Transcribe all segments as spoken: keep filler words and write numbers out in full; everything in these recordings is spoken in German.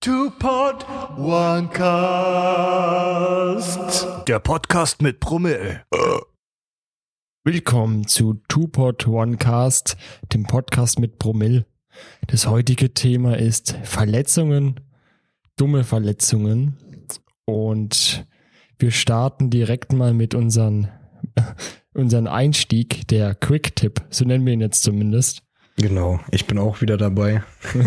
Two-Pod, One Cast. Der Podcast mit Promille. Willkommen zu Two-Pod, One Cast, dem Podcast mit Promille. Das heutige Thema ist Verletzungen, dumme Verletzungen. Und wir starten direkt mal mit unseren, unseren Einstieg, der Quick-Tipp, so nennen wir ihn jetzt zumindest. Genau, ich bin auch wieder dabei.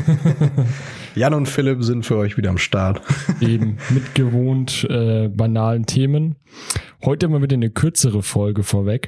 Jan und Philipp sind für euch wieder am Start. Eben, mit gewohnt äh, banalen Themen. Heute mal wieder eine kürzere Folge vorweg.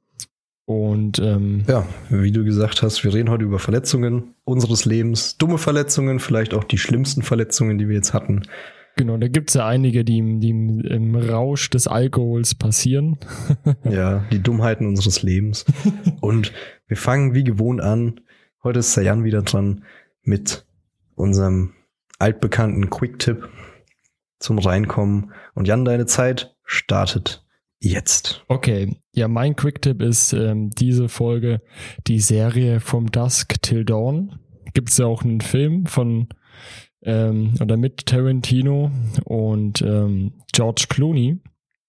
Und ähm, ja, wie du gesagt hast, wir reden heute über Verletzungen unseres Lebens. Dumme Verletzungen, vielleicht auch die schlimmsten Verletzungen, die wir jetzt hatten. Genau, da gibt es ja einige, die, im, die im, im Rausch des Alkohols passieren. Ja, die Dummheiten unseres Lebens. Und wir fangen wie gewohnt an. Heute ist der Jan wieder dran mit unserem altbekannten Quick-Tipp zum Reinkommen. Und Jan, deine Zeit startet jetzt. Okay, ja, mein Quick-Tipp ist ähm, diese Folge, die Serie From Dusk Till Dawn. Gibt es ja auch einen Film von ähm, oder mit Tarantino und ähm, George Clooney.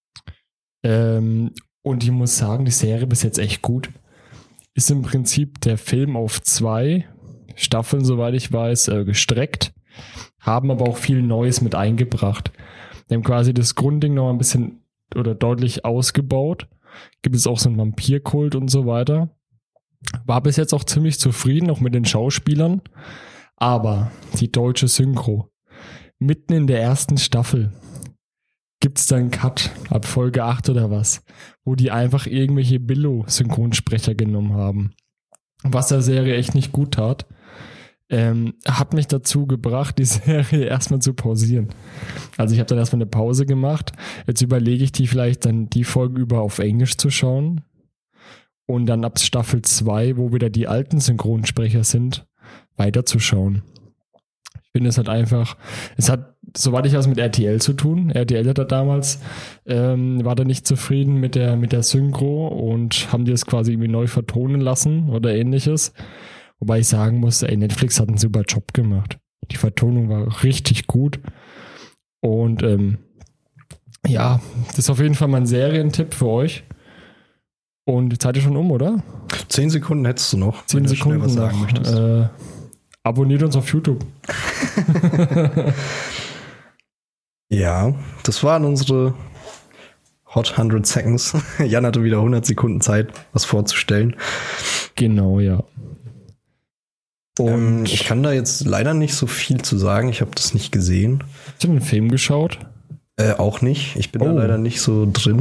Ähm, und ich muss sagen, die Serie bis jetzt echt gut. Ist im Prinzip der Film auf zwei Staffeln, soweit ich weiß, äh, gestreckt, haben aber auch viel Neues mit eingebracht. Die haben quasi das Grundding noch ein bisschen oder deutlich ausgebaut. Gibt es auch so einen Vampirkult und so weiter. War bis jetzt auch ziemlich zufrieden, auch mit den Schauspielern. Aber die deutsche Synchro, mitten in der ersten Staffel, gibt es da einen Cut ab Folge acht oder was, wo die einfach irgendwelche Billo-Synchronsprecher genommen haben. Was der Serie echt nicht gut tat, ähm, hat mich dazu gebracht, die Serie erstmal zu pausieren. Also ich habe dann erstmal eine Pause gemacht. Jetzt überlege ich, die vielleicht dann die Folge über auf Englisch zu schauen. Und dann ab Staffel zwei, wo wieder die alten Synchronsprecher sind, weiterzuschauen. Ich finde es halt einfach, es hat, soweit ich was mit R T L zu tun. R T L hat da damals, ähm, war da nicht zufrieden mit der, mit der Synchro und haben die es quasi irgendwie neu vertonen lassen oder ähnliches. Wobei ich sagen muss, ey, Netflix hat einen super Job gemacht. Die Vertonung war richtig gut. Und ähm, ja, das ist auf jeden Fall mein Serientipp für euch. Und die Zeit ist schon um, oder? Zehn Sekunden hättest du noch, Zehn wenn Sekunden du schnell was sagen noch. möchtest. Äh, abonniert uns auf YouTube. Ja, das waren unsere Hot hundert Seconds. Jan hatte wieder hundert Sekunden Zeit, was vorzustellen. Genau, ja. Und ähm, ich kann da jetzt leider nicht so viel zu sagen. Ich habe das nicht gesehen. Hast du den Film geschaut? Äh, auch nicht. Ich bin Oh. da leider nicht so drin.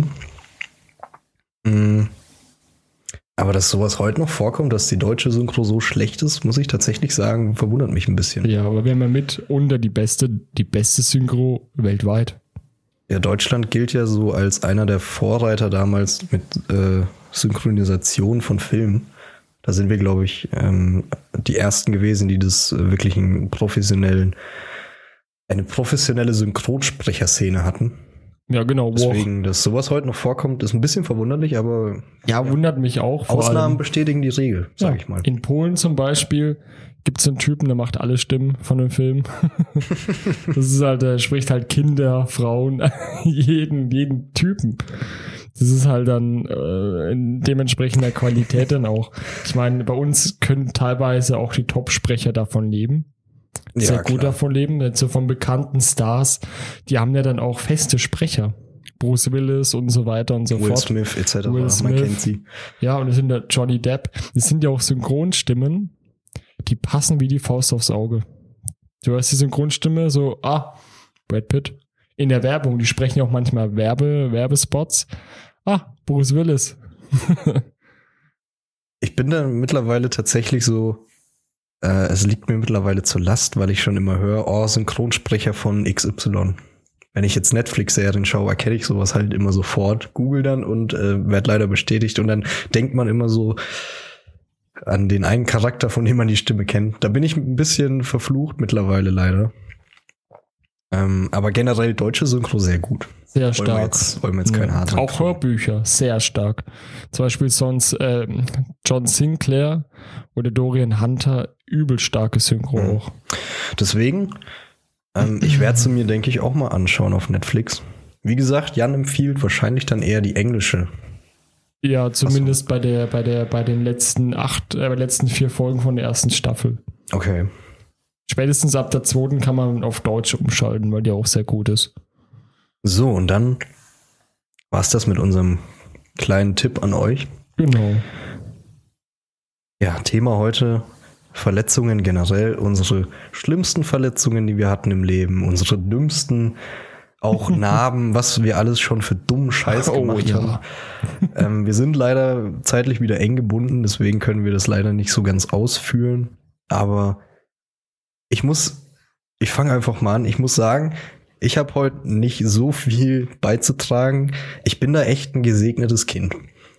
Mhm. Aber dass sowas heute noch vorkommt, dass die deutsche Synchro so schlecht ist, muss ich tatsächlich sagen, verwundert mich ein bisschen. Ja, aber wir haben ja mit unter die beste, die beste Synchro weltweit. Ja, Deutschland gilt ja so als einer der Vorreiter damals mit äh, Synchronisation von Filmen. Da sind wir, glaube ich, ähm, die ersten gewesen, die das äh, wirklich einen professionellen, eine professionelle Synchronsprecherszene hatten. Ja, genau. Deswegen, dass sowas heute noch vorkommt, ist ein bisschen verwunderlich, aber Ja, wundert mich auch. Vor Ausnahmen allem, bestätigen die Regel, sag ja, ich mal. in Polen zum Beispiel gibt es einen Typen, der macht alle Stimmen von dem Film. Das ist halt, der spricht halt Kinder, Frauen, jeden, jeden Typen. Das ist halt dann äh, in dementsprechender Qualität dann auch. Ich meine, bei uns können teilweise auch die Top-Sprecher davon leben. Sehr Ja, gut klar. davon leben. Jetzt so von bekannten Stars, die haben ja dann auch feste Sprecher. Bruce Willis und so weiter und so Will fort. Smith et cetera. Will Man Smith. kennt sie. Ja, und es sind ja Johnny Depp. Das sind ja auch Synchronstimmen, die passen wie die Faust aufs Auge. Du hörst die Synchronstimme so, ah, Brad Pitt. In der Werbung, die sprechen ja auch manchmal Werbe, Werbespots. Ah, Bruce Willis. Ich bin da mittlerweile tatsächlich so, äh, es liegt mir mittlerweile zur Last, weil ich schon immer höre, oh, Synchronsprecher von X Y. Wenn ich jetzt Netflix-Serien schaue, erkenne ich sowas halt immer sofort, google dann und äh, werde leider bestätigt. Und dann denkt man immer so an den einen Charakter, von dem man die Stimme kennt. Da bin ich ein bisschen verflucht mittlerweile leider. Ähm, aber generell deutsche Synchro sehr gut. Sehr Wollen stark. wir jetzt, wollen wir jetzt kein Ja. Haar Auch Hörbücher, sehr stark. Zum Beispiel sonst ähm, John Sinclair oder Dorian Hunter, übel starke Synchro Mhm. auch. Deswegen Ähm, ich werde sie mir, denke ich, auch mal anschauen auf Netflix. Wie gesagt, Jan empfiehlt wahrscheinlich dann eher die englische. Ja, zumindest bei der, bei der, bei den letzten acht, äh, letzten vier Folgen von der ersten Staffel. Okay. Spätestens ab der zweiten kann man auf Deutsch umschalten, weil die auch sehr gut ist. So, und dann war es das mit unserem kleinen Tipp an euch. Genau. Ja, Thema heute: Verletzungen generell, unsere schlimmsten Verletzungen, die wir hatten im Leben, unsere dümmsten, auch Narben, was wir alles schon für dummen Scheiß gemacht oh, ja. haben. Ähm, wir sind leider zeitlich wieder eng gebunden, deswegen können wir das leider nicht so ganz ausführen. Aber ich muss, ich fange einfach mal an, ich muss sagen, ich habe heute nicht so viel beizutragen. Ich bin da echt ein gesegnetes Kind.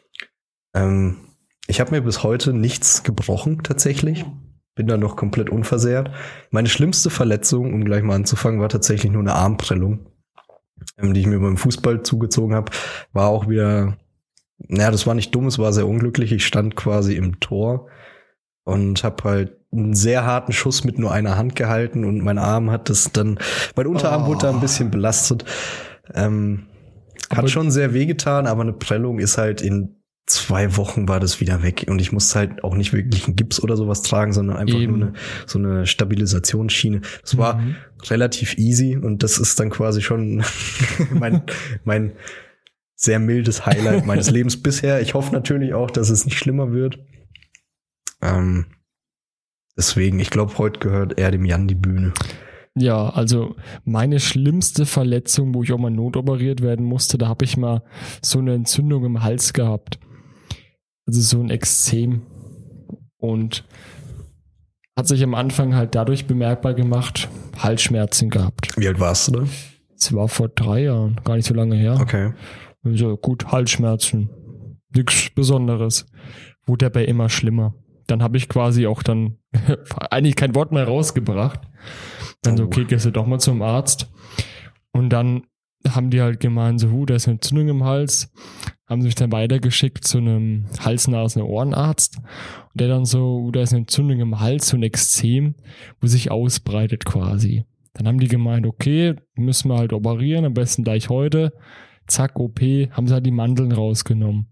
Ähm, ich habe mir bis heute nichts gebrochen tatsächlich. Bin da noch komplett unversehrt. Meine schlimmste Verletzung, um gleich mal anzufangen, war tatsächlich nur eine Armprellung, ähm, die ich mir beim Fußball zugezogen habe. War auch wieder, naja, das war nicht dumm, es war sehr unglücklich. Ich stand quasi im Tor und habe halt einen sehr harten Schuss mit nur einer Hand gehalten und mein Arm hat das dann, mein Unterarm Oh. wurde da ein bisschen belastet. Ähm, hat Aber- schon sehr wehgetan, aber eine Prellung ist halt in zwei Wochen war das wieder weg und ich musste halt auch nicht wirklich einen Gips oder sowas tragen, sondern einfach Eben. nur eine, so eine Stabilisationsschiene. Das war Mhm. relativ easy und das ist dann quasi schon mein, mein sehr mildes Highlight meines Lebens bisher. Ich hoffe natürlich auch, dass es nicht schlimmer wird. Ähm, deswegen, ich glaube, heute gehört eher dem Jan die Bühne. Ja, also meine schlimmste Verletzung, wo ich auch mal notoperiert werden musste, da habe ich mal so eine Entzündung im Hals gehabt. Also so ein Ekzem. Und hat sich am Anfang halt dadurch bemerkbar gemacht, Halsschmerzen gehabt. Wie alt warst du da? Das war vor drei Jahren, gar nicht so lange her. Okay. So, gut, Halsschmerzen. Nichts Besonderes. Wurde dabei immer schlimmer. Dann habe ich quasi auch dann eigentlich kein Wort mehr rausgebracht. Dann so, okay, gehst du doch mal zum Arzt. Und dann haben die halt gemeint, so, hu, da ist eine Entzündung im Hals. Haben sie mich dann weitergeschickt zu einem Hals-Nasen-Ohrenarzt. Und der dann so, hu, da ist eine Entzündung im Hals, so ein Ekzem, wo sich ausbreitet quasi. Dann haben die gemeint, okay, müssen wir halt operieren, am besten gleich heute. Zack, O P, haben sie halt die Mandeln rausgenommen.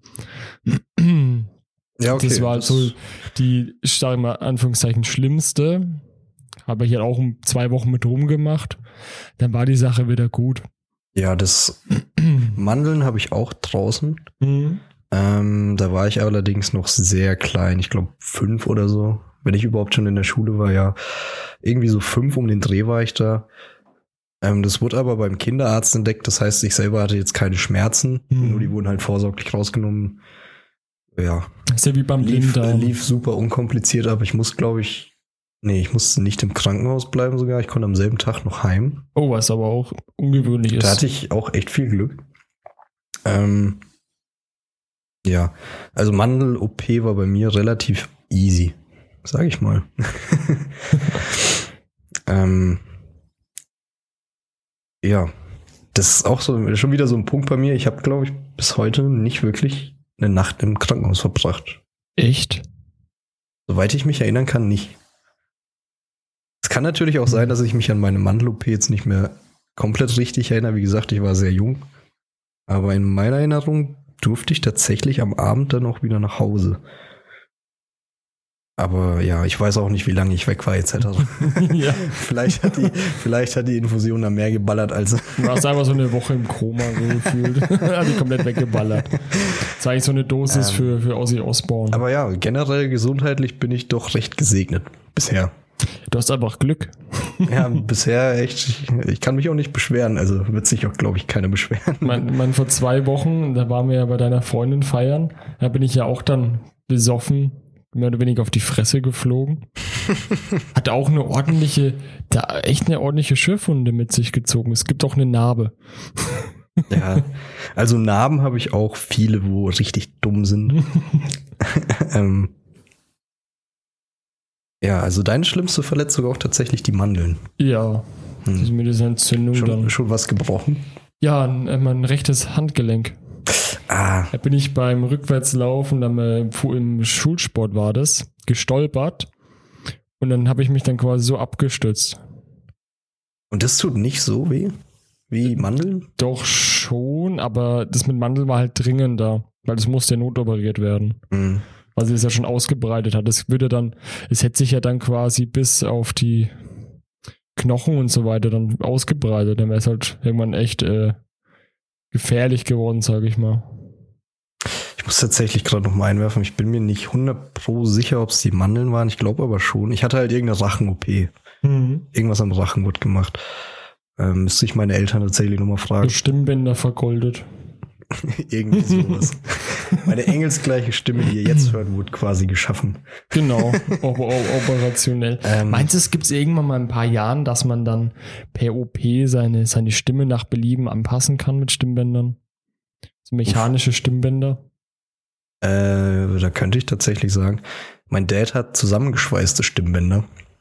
Ja, okay. Das war halt so die, ich sage mal, Anführungszeichen, schlimmste. Habe ich halt auch um zwei Wochen mit rumgemacht. Dann war die Sache wieder gut. Ja, das Mandeln habe ich auch draußen. Mhm. Ähm, da war ich allerdings noch sehr klein. Ich glaube fünf oder so. Wenn ich überhaupt schon in der Schule war, ja. Irgendwie so fünf um den Dreh war ich da. Ähm, das wurde aber beim Kinderarzt entdeckt. Das heißt, ich selber hatte jetzt keine Schmerzen. Mhm. Nur die wurden halt vorsorglich rausgenommen. Ja. Ist ja wie beim Lief, Blinddarm. lief super unkompliziert, aber ich muss, glaube ich, nee, ich musste nicht im Krankenhaus bleiben sogar. Ich konnte am selben Tag noch heim. Oh, was aber auch ungewöhnlich ist. Da hatte ich auch echt viel Glück. Ähm, ja, also Mandel-O P war bei mir relativ easy, sag ich mal. ähm, ja, das ist auch so schon wieder so ein Punkt bei mir. Ich habe, glaube ich, bis heute nicht wirklich eine Nacht im Krankenhaus verbracht. Echt? Soweit ich mich erinnern kann, nicht. Es kann natürlich auch sein, dass ich mich an meine Mandel-O P jetzt nicht mehr komplett richtig erinnere. Wie gesagt, ich war sehr jung. Aber in meiner Erinnerung durfte ich tatsächlich am Abend dann auch wieder nach Hause. Aber ja, ich weiß auch nicht, wie lange ich weg war et cetera. Ja. vielleicht, hat die, vielleicht hat die Infusion da mehr geballert als... Du warst einfach so eine Woche im Koma so gefühlt. Hat die komplett weggeballert. Das war eigentlich so eine Dosis Ähm, für, für Ozzy Osbourne. Aber ja, generell gesundheitlich bin ich doch recht gesegnet. Bisher. Du hast einfach Glück. Ja, bisher echt. Ich kann mich auch nicht beschweren. Also wird sich auch, glaube ich, keiner beschweren. Man, man, vor zwei Wochen, da waren wir ja bei deiner Freundin feiern. Da bin ich ja auch dann besoffen, mehr oder weniger auf die Fresse geflogen. Hat auch eine ordentliche, da echt eine ordentliche Schürfwunde mit sich gezogen. Es gibt auch eine Narbe. Ja, also Narben habe ich auch viele, wo richtig dumm sind. ähm, ja, also deine schlimmste Verletzung auch tatsächlich die Mandeln. Ja, das ist Hm. mit dieser Entzündung Schon, dann. schon was gebrochen? Ja, ein, äh, mein rechtes Handgelenk. Ah, Da bin ich beim Rückwärtslaufen, dann äh, im Schulsport war das, gestolpert. Und dann habe ich mich dann quasi so abgestützt. Und das tut nicht so weh wie Mandeln? Doch schon, aber das mit Mandeln war halt dringender, weil es musste ja notoperiert werden. Mhm. Weil sie es ja schon ausgebreitet hat. Es würde dann, es hätte sich ja dann quasi bis auf die Knochen und so weiter dann ausgebreitet. Dann wäre es halt irgendwann echt äh, gefährlich geworden, sage ich mal. Ich muss tatsächlich gerade noch mal einwerfen. Ich bin mir nicht hundert Pro sicher, ob es die Mandeln waren. Ich glaube aber schon. Ich hatte halt irgendeine Rachen-O P. Mhm. Irgendwas am Rachen wurde gemacht. Ähm, müsste ich meine Eltern tatsächlich nochmal fragen. Die Stimmbänder vergoldet. Irgendwie sowas. Meine engelsgleiche Stimme, die ihr jetzt hört, wurde quasi geschaffen. Genau, o- o- operationell. Ähm, Meinst du, es gibt es irgendwann mal in ein paar Jahren, dass man dann per O P seine, seine Stimme nach Belieben anpassen kann mit Stimmbändern? So mechanische Uff. Stimmbänder? Äh, da könnte ich tatsächlich sagen, mein Dad hat zusammengeschweißte Stimmbänder.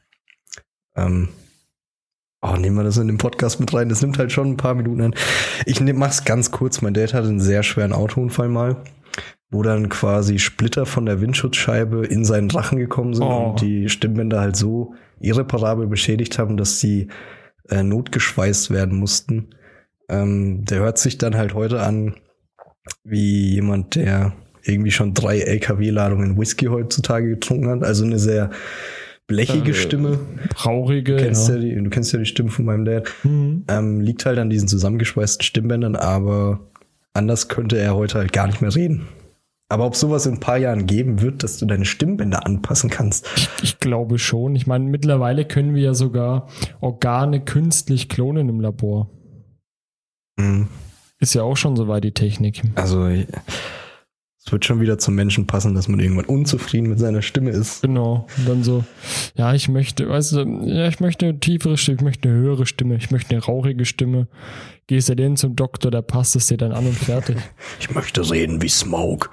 Ähm, oh, nehmen wir das in den Podcast mit rein. Das nimmt halt schon ein paar Minuten an. Ich nehm, mach's ganz kurz. Mein Dad hatte einen sehr schweren Autounfall mal, wo dann quasi Splitter von der Windschutzscheibe in seinen Rachen gekommen sind oh. und die Stimmbänder halt so irreparabel beschädigt haben, dass sie äh, notgeschweißt werden mussten. Ähm, der hört sich dann halt heute an wie jemand, der irgendwie schon drei L K W-Ladungen Whisky heutzutage getrunken hat. Also eine sehr blechige äh, Stimme. Traurige. Du kennst ja. ja die, du kennst ja die Stimme von meinem Dad. Mhm. Ähm, liegt halt an diesen zusammengeschweißten Stimmbändern, aber anders könnte er heute halt gar nicht mehr reden. Aber ob sowas in ein paar Jahren geben wird, dass du deine Stimmbänder anpassen kannst? Ich, ich glaube schon. Ich meine, mittlerweile können wir ja sogar Organe künstlich klonen im Labor. Mhm. Ist ja auch schon soweit die Technik. Also es wird schon wieder zum Menschen passen, dass man irgendwann unzufrieden mit seiner Stimme ist. Genau. Und dann so, ja, ich möchte, weißt du, ja, ich möchte eine tiefere Stimme, ich möchte eine höhere Stimme, ich möchte eine rauchige Stimme. Gehst du denn zum Doktor, der passt es dir dann an und fertig. Ich möchte reden wie Smaug.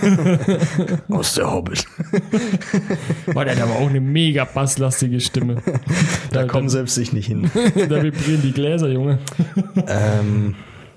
Aus der Hobbit. Boah, der hat aber auch eine mega basslastige Stimme. Da, da kommen selbst ich nicht hin. Da vibrieren die Gläser, Junge. ähm...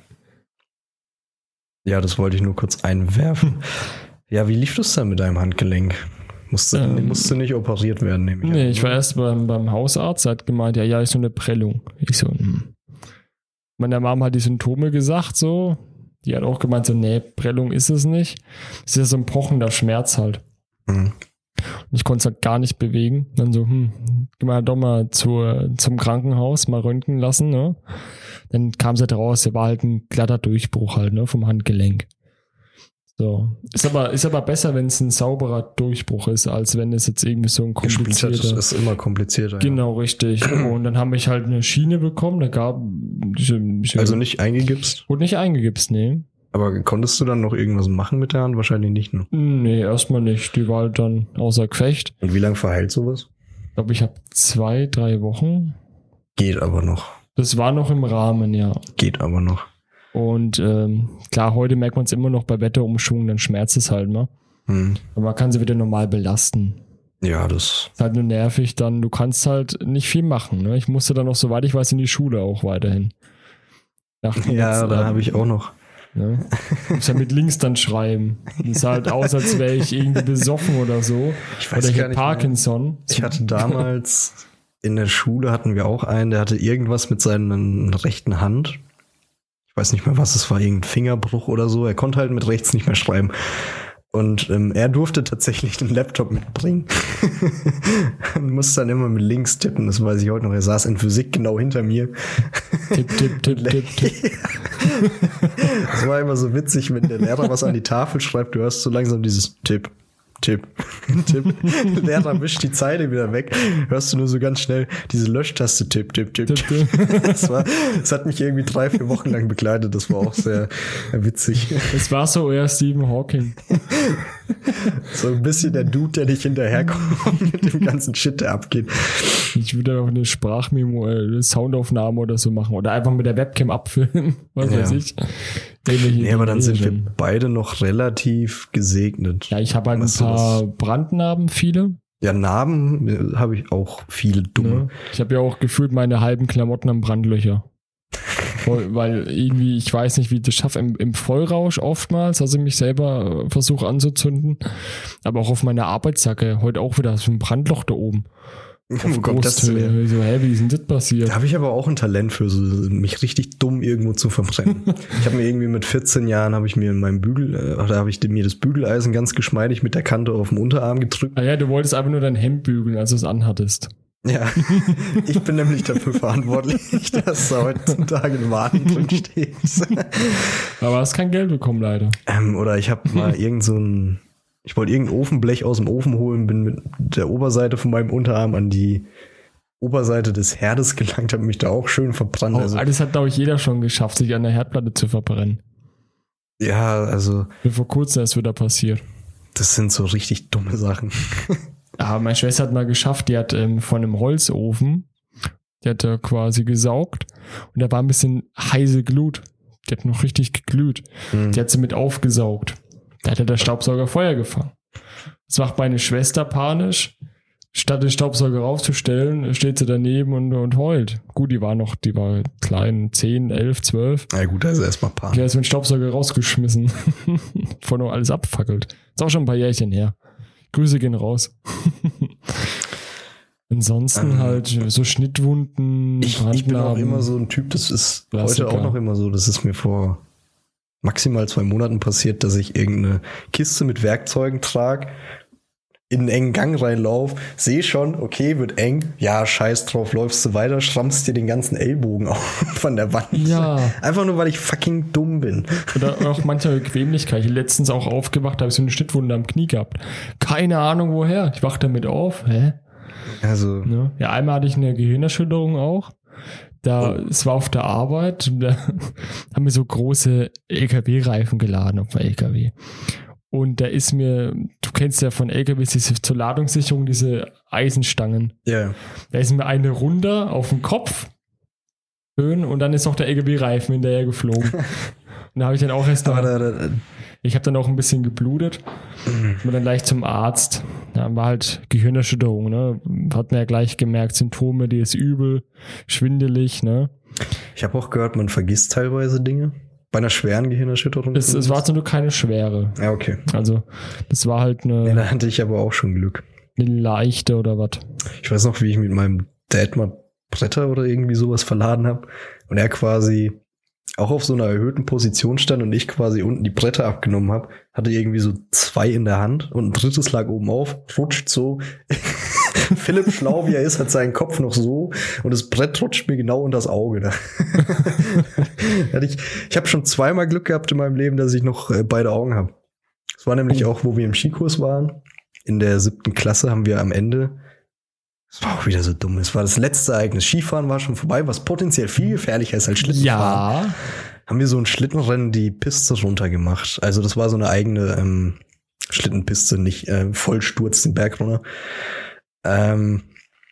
Ja, das wollte ich nur kurz einwerfen. Ja, wie lief das dann mit deinem Handgelenk? Musste, ähm, musste nicht operiert werden, nehme ich Nee, an, ich war erst beim, beim Hausarzt, der hat gemeint, ja, ja, ist so eine Prellung. Ich so, hm. Meine Mama hat die Symptome gesagt, so. Die hat auch gemeint, so, nee, Prellung ist es nicht. Es ist ja so ein pochender Schmerz halt. Mhm. Und ich konnte es halt gar nicht bewegen. Dann so, hm, geh mal doch mal zur, zum Krankenhaus, mal röntgen lassen, ne? Dann kam es halt raus, der war halt ein glatter Durchbruch halt, ne, vom Handgelenk. So. Ist aber, ist aber besser, wenn es ein sauberer Durchbruch ist, als wenn es jetzt irgendwie so ein komplizierter... Das ist immer komplizierter. Genau, ja. Richtig. Und dann haben wir halt eine Schiene bekommen, da gab... Diese, diese also nicht eingegipst? Wurde nicht eingegipst, nee. Aber konntest du dann noch irgendwas machen mit der Hand? Wahrscheinlich nicht, ne? Nee, erstmal nicht. Die war halt dann außer Gefecht. Und wie lange verheilt sowas? Ich glaube, ich habe zwei, drei Wochen. Geht aber noch. Das war noch im Rahmen, ja. Geht aber noch. Und ähm, klar, heute merkt man es immer noch bei Wetterumschwung, dann schmerzt es halt, ne? Hm. Aber man kann sie wieder normal belasten. Ja, das... Ist halt nur nervig, dann, du kannst halt nicht viel machen, ne? Ich musste dann noch, soweit ich weiß, in die Schule auch weiterhin. Dachten ja, jetzt, da ähm, habe ich auch noch. Ne? Ich muss ja mit links dann schreiben. Es sah halt aus, als wäre ich irgendwie besoffen oder so. Ich weiß oder ich gar nicht Parkinson. Mehr. Ich hatte damals in der Schule hatten wir auch einen, der hatte irgendwas mit seiner rechten Hand. Ich weiß nicht mehr, was es war, irgendein Fingerbruch oder so. Er konnte halt mit rechts nicht mehr schreiben. Und ähm, er durfte tatsächlich den Laptop mitbringen. Und musste dann immer mit links tippen, das weiß ich heute noch. Er saß in Physik genau hinter mir. Tipp, tipp, tipp, tipp, tipp. Das war immer so witzig, wenn der Lehrer was an die Tafel schreibt, du hörst so langsam dieses Tipp, Tipp, Tipp. Der Lehrer wischt die Zeile wieder weg. Hörst du nur so ganz schnell diese Löschtaste, Tipp, Tipp, Tipp. Tipp, Tipp. Das, war, das hat mich irgendwie drei, vier Wochen lang begleitet. Das war auch sehr witzig. Es war so eher Stephen Hawking. So ein bisschen der Dude, der nicht hinterherkommt mit dem ganzen Shit, der abgeht. Ich würde auch eine Sprachmemo, eine Soundaufnahme oder so machen. Oder einfach mit der Webcam abfilmen. Was ja. weiß ich. Nee, aber dann sind wir beide noch relativ gesegnet. Ja, ich habe halt ein paar Brandnarben, viele. Ja, Narben habe ich auch viele dumme. Ja. Ich habe ja auch gefühlt meine halben Klamotten am Brandlöcher. Weil irgendwie, ich weiß nicht, wie ich das schaffe, im, im Vollrausch oftmals, also mich selber versuche anzuzünden, aber auch auf meiner Arbeitsjacke, heute auch wieder so ein Brandloch da oben. Wo kommt das zu her? So, hä, wie ist denn das passiert? Da habe ich aber auch ein Talent für, so mich richtig dumm irgendwo zu verbrennen. Ich habe mir irgendwie mit vierzehn Jahren habe ich mir in meinem Bügel, äh, da habe ich mir das Bügeleisen ganz geschmeidig mit der Kante auf dem Unterarm gedrückt. Ah ja, du wolltest einfach nur dein Hemd bügeln, als du es anhattest. Ja, ich bin nämlich dafür verantwortlich, dass da heutzutage ein Waden drin steht. Aber hast kein Geld bekommen, leider. Ähm, oder ich habe mal irgend so ein, ich wollte irgendein Ofenblech aus dem Ofen holen, bin mit der Oberseite von meinem Unterarm an die Oberseite des Herdes gelangt, habe mich da auch schön verbrannt. Oh, also, das hat, glaube ich, jeder schon geschafft, sich an der Herdplatte zu verbrennen. Ja, also. Mir vor kurzem erst wieder passiert. Das sind so richtig dumme Sachen. Aber meine Schwester hat mal geschafft, die hat ähm, von einem Holzofen, die hat da quasi gesaugt und da war ein bisschen heiße Glut. Die hat noch richtig geglüht. Mhm. Die hat sie mit aufgesaugt. Da hat der Staubsauger Feuer gefangen. Das macht meine Schwester panisch. Statt den Staubsauger raufzustellen, steht sie daneben und, und heult. Gut, die war noch, die war klein, zehn, elf, zwölf. Na gut, also erstmal panisch. Die hat so den Staubsauger rausgeschmissen. Vor noch alles abfackelt. Ist auch schon ein paar Jährchen her. Grüße gehen raus. Ansonsten ähm, halt so Schnittwunden, ich, ich bin auch immer so ein Typ, das ist Klassiker. Heute auch noch immer so, das ist mir vor maximal zwei Monaten passiert, dass ich irgendeine Kiste mit Werkzeugen trage, in einen engen Gang reinlauf, sehe schon, okay, wird eng, ja, scheiß drauf, läufst du weiter, schrammst dir den ganzen Ellbogen auf von der Wand. Ja. Einfach nur, weil ich fucking dumm bin. Oder auch manchmal Bequemlichkeit. Ich bin letztens auch aufgewacht, habe ich so eine Schnittwunde am Knie gehabt. Keine Ahnung woher. Ich wach damit auf. Hä? Also. Ja, ja, einmal hatte ich eine Gehirnerschütterung auch. Da, oh. Es war auf der Arbeit, da haben wir so große L K W-Reifen geladen auf dem L K W. Und da ist mir, du kennst ja von L K Ws diese zur Ladungssicherung, diese Eisenstangen. Ja. Yeah. Da ist mir eine runter auf den Kopf. Schön. Und dann ist auch der L K W-Reifen hinterher geflogen. Und da habe ich dann auch erst noch, da, da, da. Ich habe dann auch ein bisschen geblutet. Mhm. Und dann gleich zum Arzt. Da war halt Gehirnerschütterung, ne? Hat man ja gleich gemerkt, Symptome, die ist übel, schwindelig, ne? Ich habe auch gehört, man vergisst teilweise Dinge. Bei einer schweren Gehirnerschütterung? Es, es war zum Glück keine schwere. Ja, okay. Also, das war halt eine... Ja, da hatte ich aber auch schon Glück. Eine leichte oder was. Ich weiß noch, wie ich mit meinem Dad mal Bretter oder irgendwie sowas verladen habe. Und er quasi auch auf so einer erhöhten Position stand und ich quasi unten die Bretter abgenommen habe. Hatte irgendwie so zwei in der Hand und ein drittes lag oben auf. Rutscht so. Philipp, schlau wie er ist, hat seinen Kopf noch so und das Brett rutscht mir genau unter das Auge. ich ich habe schon zweimal Glück gehabt in meinem Leben, dass ich noch äh, beide Augen habe. Das war nämlich auch, wo wir im Skikurs waren. In der siebten Klasse haben wir am Ende, das war auch wieder so dumm, es war das letzte Ereignis. Skifahren war schon vorbei, was potenziell viel gefährlicher ist als Schlittenfahren. Ja. Haben wir so ein Schlittenrennen die Piste runtergemacht. Also das war so eine eigene ähm, Schlittenpiste, nicht äh, Vollsturz den Berg runter. Ähm,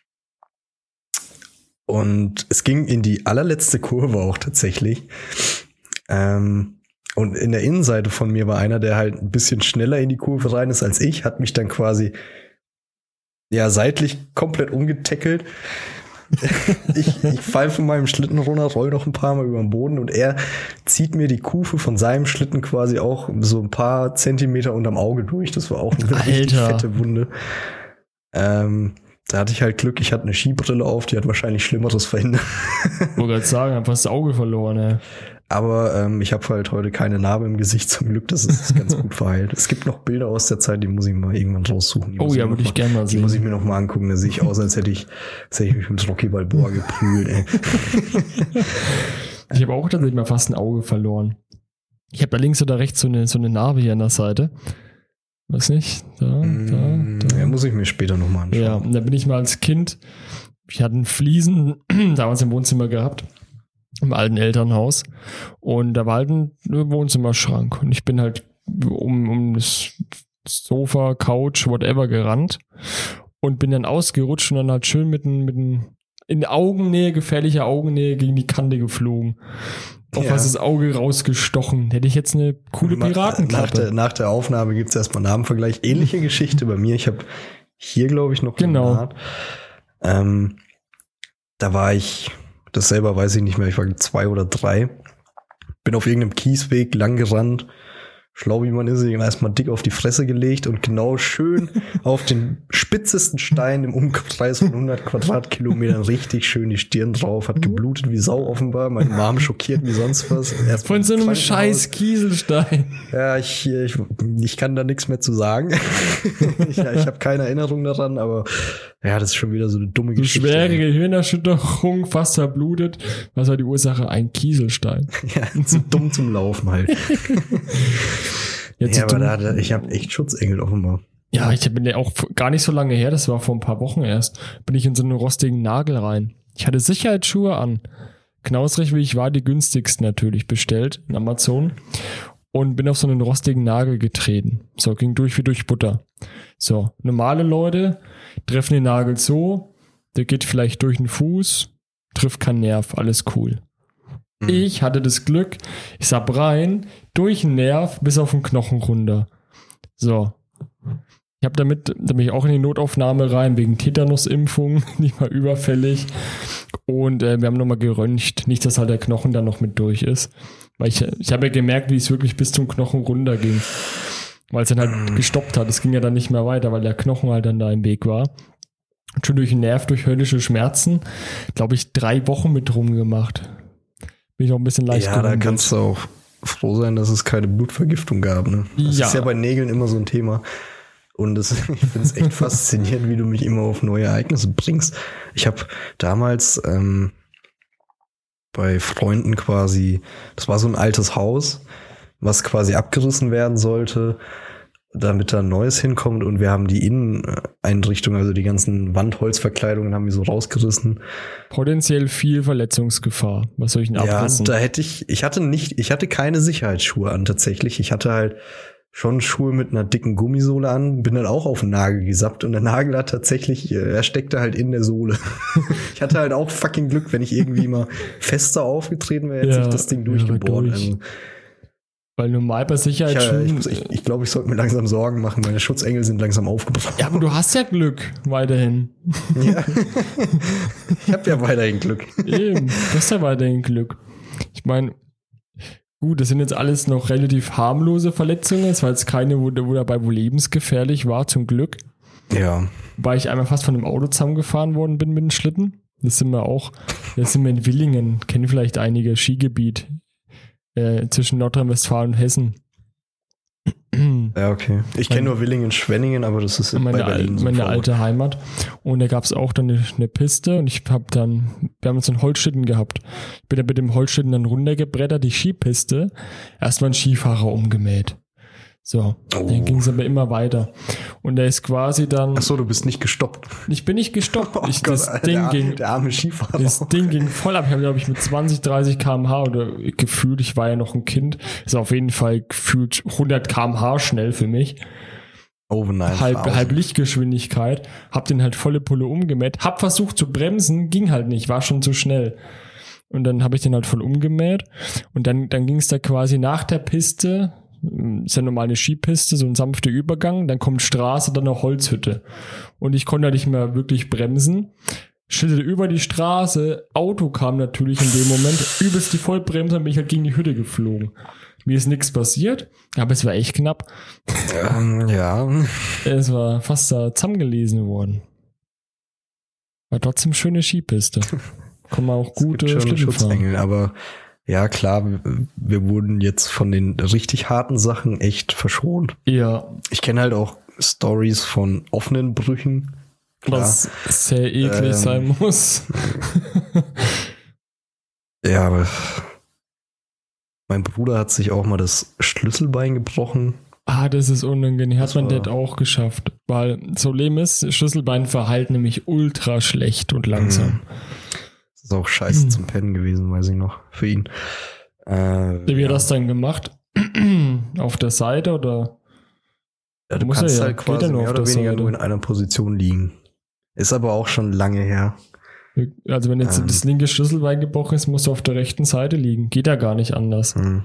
und es ging in die allerletzte Kurve auch tatsächlich. Ähm, und in der Innenseite von mir war einer, der halt ein bisschen schneller in die Kurve rein ist als ich, hat mich dann quasi ja seitlich komplett umgetackelt. ich ich fall von meinem Schlitten runter, roll noch ein paar Mal über den Boden und er zieht mir die Kufe von seinem Schlitten quasi auch so ein paar Zentimeter unterm Auge durch. Das war auch eine Alter. richtig fette Wunde. Ähm, da hatte ich halt Glück, ich hatte eine Skibrille auf, die hat wahrscheinlich Schlimmeres verhindert. Ich wollte gerade sagen, hab fast das Auge verloren, ey. Aber ähm, ich habe halt heute keine Narbe im Gesicht, zum Glück, das ist ganz gut verheilt. Es gibt noch Bilder aus der Zeit, die muss ich mal irgendwann raussuchen. Die oh ja, würde ich gerne mal sehen. Die muss ich mir noch mal angucken, da sehe ich aus, als hätte ich, als hätte ich mich mit Rocky Balboa geprügelt, ey. Ich habe auch tatsächlich mal fast ein Auge verloren. Ich habe da links oder rechts so eine, so eine Narbe hier an der Seite. Weiß nicht, da, da, da. Ja, muss ich mir später nochmal anschauen. Ja, und da bin ich mal als Kind, ich hatte einen Fliesen damals im Wohnzimmer gehabt, im alten Elternhaus, und da war halt ein Wohnzimmerschrank und ich bin halt um, um das Sofa, Couch, whatever gerannt und bin dann ausgerutscht und dann halt schön mit einem, mit einem in Augennähe, gefährlicher Augennähe gegen die Kante geflogen. Auf ja. was das Auge rausgestochen. Hätte ich jetzt eine coole Piratenklappe. Nach der, nach der Aufnahme gibt es erstmal Namenvergleich. Ähnliche Geschichte bei mir. Ich habe hier, glaube ich, noch genau. eine Art. Ähm, da war ich, das selber weiß ich nicht mehr, ich war zwei oder drei. Bin auf irgendeinem Kiesweg lang gerannt schlau wie man ist, ich erstmal dick auf die Fresse gelegt und genau schön auf den spitzesten Stein im Umkreis von hundert Quadratkilometern richtig schön die Stirn drauf, hat geblutet wie Sau offenbar, meine Mom schockiert wie sonst was. Erst von so einem scheiß Kieselstein. Ja, ich, ich, ich kann da nichts mehr zu sagen. ich ich habe keine Erinnerung daran, aber ja, das ist schon wieder so eine dumme so Geschichte. Schwere Gehirnerschütterung, fast verblutet. Was war die Ursache? Ein Kieselstein. Ja, zu dumm zum Laufen halt. Jetzt ja, aber da, ich habe echt Schutzengel offenbar. Ja, ich bin ja auch gar nicht so lange her, das war vor ein paar Wochen erst, bin ich in so einen rostigen Nagel rein. Ich hatte Sicherheitsschuhe an. Knausrig wie ich war, die günstigsten natürlich bestellt in Amazon. Und bin auf so einen rostigen Nagel getreten. So, ging durch wie durch Butter. So, normale Leute treffen den Nagel so, der geht vielleicht durch den Fuß, trifft keinen Nerv, alles cool. Mhm. Ich hatte das Glück, ich sab rein, durch den Nerv bis auf den Knochen runter. So. Ich habe damit, da bin ich auch in die Notaufnahme rein, wegen Tetanusimpfung, nicht mal überfällig. Und äh, wir haben nochmal geröntgt, nicht, dass halt der Knochen dann noch mit durch ist. Weil ich, ich habe ja gemerkt, wie es wirklich bis zum Knochen runter ging. Weil es dann halt gestoppt hat. Es ging ja dann nicht mehr weiter, weil der Knochen halt dann da im Weg war. Und schon durch den Nerv, durch höllische Schmerzen, glaube ich, drei Wochen mit rumgemacht. Bin ich auch ein bisschen leicht Ja, gewundert. Da kannst du auch froh sein, dass es keine Blutvergiftung gab. Ne? Das ja. ist ja bei Nägeln immer so ein Thema. Und das, ich finde es echt faszinierend, wie du mich immer auf neue Ereignisse bringst. Ich habe damals ähm, bei Freunden quasi, das war so ein altes Haus, was quasi abgerissen werden sollte, damit da ein neues hinkommt. Und wir haben die Inneneinrichtung, also die ganzen Wandholzverkleidungen haben wir so rausgerissen. Potenziell viel Verletzungsgefahr bei solchen Abrissen. Ja, da hätte ich, ich hatte nicht, ich hatte keine Sicherheitsschuhe an tatsächlich. Ich hatte halt schon Schuhe mit einer dicken Gummisohle an, bin dann auch auf den Nagel gesappt und der Nagel hat tatsächlich, er steckte halt in der Sohle. Ich hatte halt auch fucking Glück, wenn ich irgendwie mal fester aufgetreten wäre, hätte ja, sich das Ding durchgebohrt. Durch. Also, weil normal bei Sicherheitsschuhen... Ich, ich, ich, ich glaube, ich sollte mir langsam Sorgen machen, meine Schutzengel sind langsam aufgebraucht. Ja, aber du hast ja Glück, weiterhin. Ja, ich habe ja weiterhin Glück. Eben, du hast ja weiterhin Glück. Ich meine, gut, das sind jetzt alles noch relativ harmlose Verletzungen. Es war jetzt keine, wo, wo dabei wo lebensgefährlich war, zum Glück. Ja. Weil ich einmal fast von einem Auto zusammengefahren worden bin mit dem Schlitten. Das sind wir auch, das sind wir in Willingen, kennen vielleicht einige, Skigebiet äh, zwischen Nordrhein-Westfalen und Hessen. Ja, okay. Ich kenne nur Willingen-Schwenningen, aber das ist meine, bei Berlin so meine alte Heimat. Und da gab es auch dann eine, eine Piste und ich habe dann, wir haben uns einen Holzschlitten gehabt. Ich bin dann mit dem Holzschlitten dann runtergebrettert, die Skipiste. Erstmal ein Skifahrer umgemäht. So, oh. Dann ging es aber immer weiter. Und der ist quasi dann... Ach so, du bist nicht gestoppt. Ich bin nicht gestoppt. Oh ich, Gott, das Alter, Ding der, ging, der arme Skifahrer. Das Ding ging voll ab. Ich habe, glaube ich, mit zwanzig, dreißig Kilometer pro Stunde oder gefühlt, ich war ja noch ein Kind, ist auf jeden Fall gefühlt hundert Kilometer pro Stunde schnell für mich. Oh nein. Halb, halb Lichtgeschwindigkeit. Hab den halt volle Pulle umgemäht. Hab versucht zu bremsen, ging halt nicht, war schon zu schnell. Und dann habe ich den halt voll umgemäht. Und dann, dann ging es da quasi nach der Piste... Ist ja normal eine Skipiste, so ein sanfter Übergang, dann kommt Straße, dann eine Holzhütte. Und ich konnte ja nicht mehr wirklich bremsen. Schlitterte über die Straße, Auto kam natürlich in dem Moment, übelst die Vollbremse, dann bin ich halt gegen die Hütte geflogen. Mir ist nichts passiert, aber es war echt knapp. Ähm, ja. Es war fast da zusammengelesen worden. War trotzdem schöne Skipiste. Kommen wir auch gute Schutzengel, aber ja, klar, wir wurden jetzt von den richtig harten Sachen echt verschont. Ja. Ich kenne halt auch Stories von offenen Brüchen. Klar. Was sehr eklig ähm, sein muss. Ja, aber mein Bruder hat sich auch mal das Schlüsselbein gebrochen. Ah, das ist unangenehm. Hat man das auch geschafft. Weil so Problem ist, Schlüsselbein verheilt nämlich ultra schlecht und langsam. Mhm. Ist auch scheiße hm. zum Pennen gewesen, weiß ich noch, für ihn. Äh, Wie ja. hat das dann gemacht? Auf der Seite oder? Ja, du Muss kannst ja, halt quasi mehr oder weniger Seite. nur in einer Position liegen. Ist aber auch schon lange her. Also wenn jetzt ähm. das linke Schlüsselbein gebrochen ist, musst du auf der rechten Seite liegen. Geht ja gar nicht anders. Hm.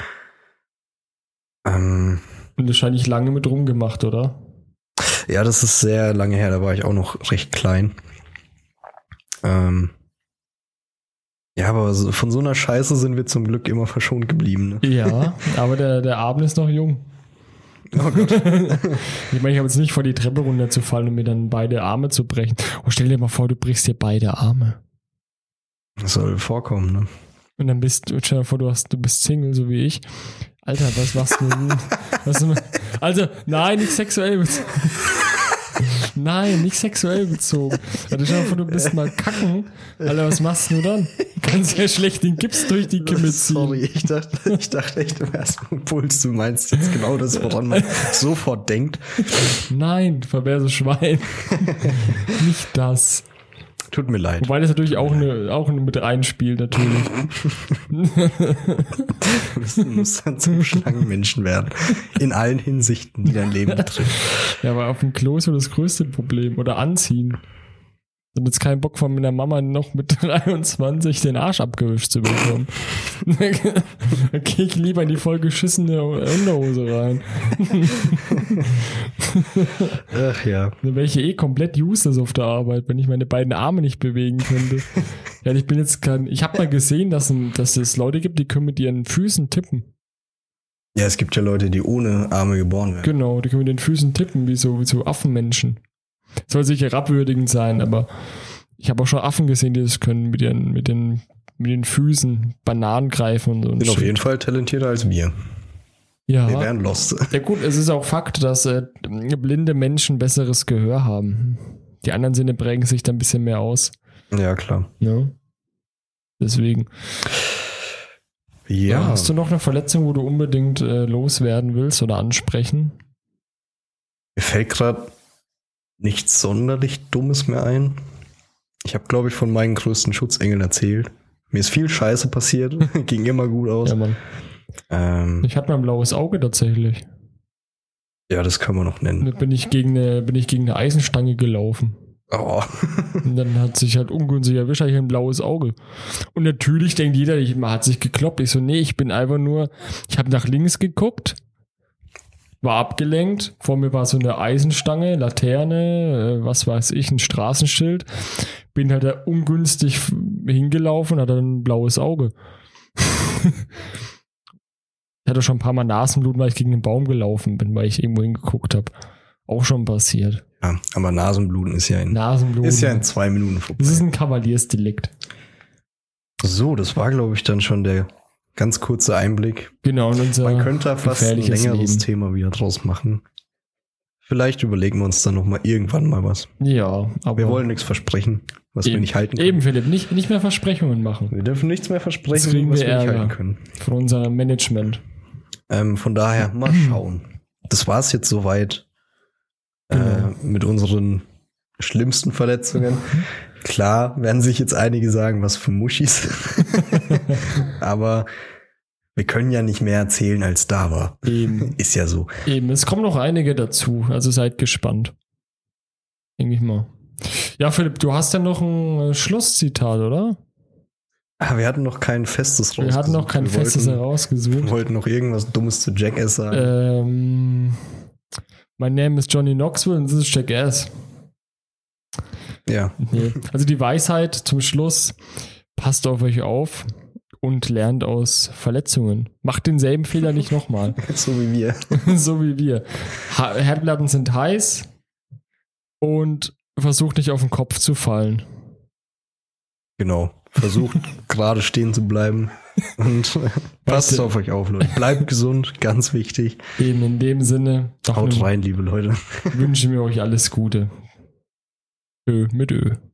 Ähm. Und wahrscheinlich lange mit rumgemacht, oder? Ja, das ist sehr lange her, da war ich auch noch recht klein. Ähm. Ja, aber so, von so einer Scheiße sind wir zum Glück immer verschont geblieben. Ne? Ja, aber der, der Abend ist noch jung. Oh Gott. Ich meine, ich habe jetzt nicht vor, die Treppe runterzufallen und mir dann beide Arme zu brechen. Oh, stell dir mal vor, du brichst dir beide Arme. Das soll vorkommen, ne? Und dann bist du, stell dir vor, du, hast, du bist Single, so wie ich. Alter, was machst du denn? Was, also, nein, nicht sexuell bezogen. Nein, nicht sexuell bezogen. Also, stell dir vor, du bist mal kacken. Alter, was machst du dann? Du kannst ja schlecht den Gips durch die Kimme ziehen. Sorry, ich dachte, ich dachte echt im ersten Impuls, du meinst jetzt genau das, woran man sofort denkt. Nein, perverse Schwein. Nicht das. Tut mir leid. Wobei das natürlich auch eine, auch eine mit reinspielt, natürlich. Du musst dann zum Schlangenmenschen werden. In allen Hinsichten, die dein Leben betrifft. Ja, aber auf dem Klo ist so das größte Problem. Oder anziehen. Und jetzt keinen Bock von meiner Mama noch mit dreiundzwanzig den Arsch abgewischt zu bekommen. Dann gehe ich lieber in die vollgeschissene Unterhose rein. Ach ja. Dann wäre ich ja eh komplett useless auf der Arbeit, wenn ich meine beiden Arme nicht bewegen könnte. Ja, ich bin jetzt kein. Ich habe mal gesehen, dass, ein, dass es Leute gibt, die können mit ihren Füßen tippen. Ja, es gibt ja Leute, die ohne Arme geboren werden. Genau, die können mit den Füßen tippen, wie so, wie so Affenmenschen. Soll sicher herabwürdigend sein, aber ich habe auch schon Affen gesehen, die das können mit ihren, mit den, mit den Füßen Bananen greifen und so. Sind auf jeden Fall talentierter als wir. Ja. Wir wären lost. Ja gut, es ist auch Fakt, dass äh, blinde Menschen besseres Gehör haben. Die anderen Sinne prägen sich da ein bisschen mehr aus. Ja, klar. Ja. Deswegen. Ja. Ja. Hast du noch eine Verletzung, wo du unbedingt äh, loswerden willst oder ansprechen? Mir fällt gerade nichts sonderlich Dummes mehr ein. Ich habe, glaube ich, von meinen größten Schutzengeln erzählt. Mir ist viel Scheiße passiert. Ging immer gut aus. Ja, Mann. Ähm, Ich hatte mein blaues Auge tatsächlich. ja, das kann man noch nennen. Da bin ich gegen eine, bin ich gegen eine Eisenstange gelaufen. Oh. Und dann hat sich halt ungünstig erwischt, ich ein blaues Auge. Und natürlich denkt jeder, ich, man hat sich gekloppt. Ich so, nee, ich bin einfach nur, ich habe nach links geguckt, war abgelenkt. Vor mir war so eine Eisenstange, Laterne, was weiß ich, ein Straßenschild. Bin halt da ungünstig hingelaufen und hatte ein blaues Auge. Ich hatte schon ein paar Mal Nasenbluten, weil ich gegen den Baum gelaufen bin, weil ich irgendwo hingeguckt habe. Auch schon passiert. Ja, aber Nasenbluten ist ja in, Nasenbluten. ist ja in zwei Minuten vorbei. Das ist ein Kavaliersdelikt. So, das war, glaube ich, dann schon der ganz kurze Einblick. Genau. Und unser Man könnte da fast ein gefährliches längeres Leben. Thema wieder draus machen. Vielleicht überlegen wir uns dann noch mal irgendwann mal was. Ja, aber Wir wollen nichts versprechen, was eben, wir nicht halten können. Eben, Philipp, nicht, nicht mehr Versprechungen machen Wir dürfen nichts mehr Das versprechen, kriegen was wir wir nicht Ärger. halten können. von unserem Management. Ähm, von daher, mal schauen. Das war es jetzt soweit äh, Genau. mit unseren schlimmsten Verletzungen. Klar werden sich jetzt einige sagen, was für Muschis. Aber wir können ja nicht mehr erzählen, als da war. Eben, Ist ja so. eben. Es kommen noch einige dazu, also seid gespannt. Denke ich mal. Ja, Philipp, du hast ja noch ein äh, Schlusszitat, oder? Ah, wir hatten noch kein festes Wir hatten noch kein Wir festes wollten, herausgesucht. wir wollten noch irgendwas Dummes zu Jackass sagen. Ähm, my name is Johnny Knoxville and this is Jackass. Ja. Nee. Also die Weisheit zum Schluss, passt auf euch auf und lernt aus Verletzungen. Macht denselben Fehler nicht nochmal. So wie wir. So wie wir. Ha- Herdplatten sind heiß und versucht nicht auf den Kopf zu fallen. Genau. Versucht gerade stehen zu bleiben. Und passt Weißt du- auf euch auf, Leute. Bleibt gesund, ganz wichtig. Eben in dem Sinne noch Haut eine- rein, liebe Leute. wünschen wir euch alles Gute. Ö mit Ö.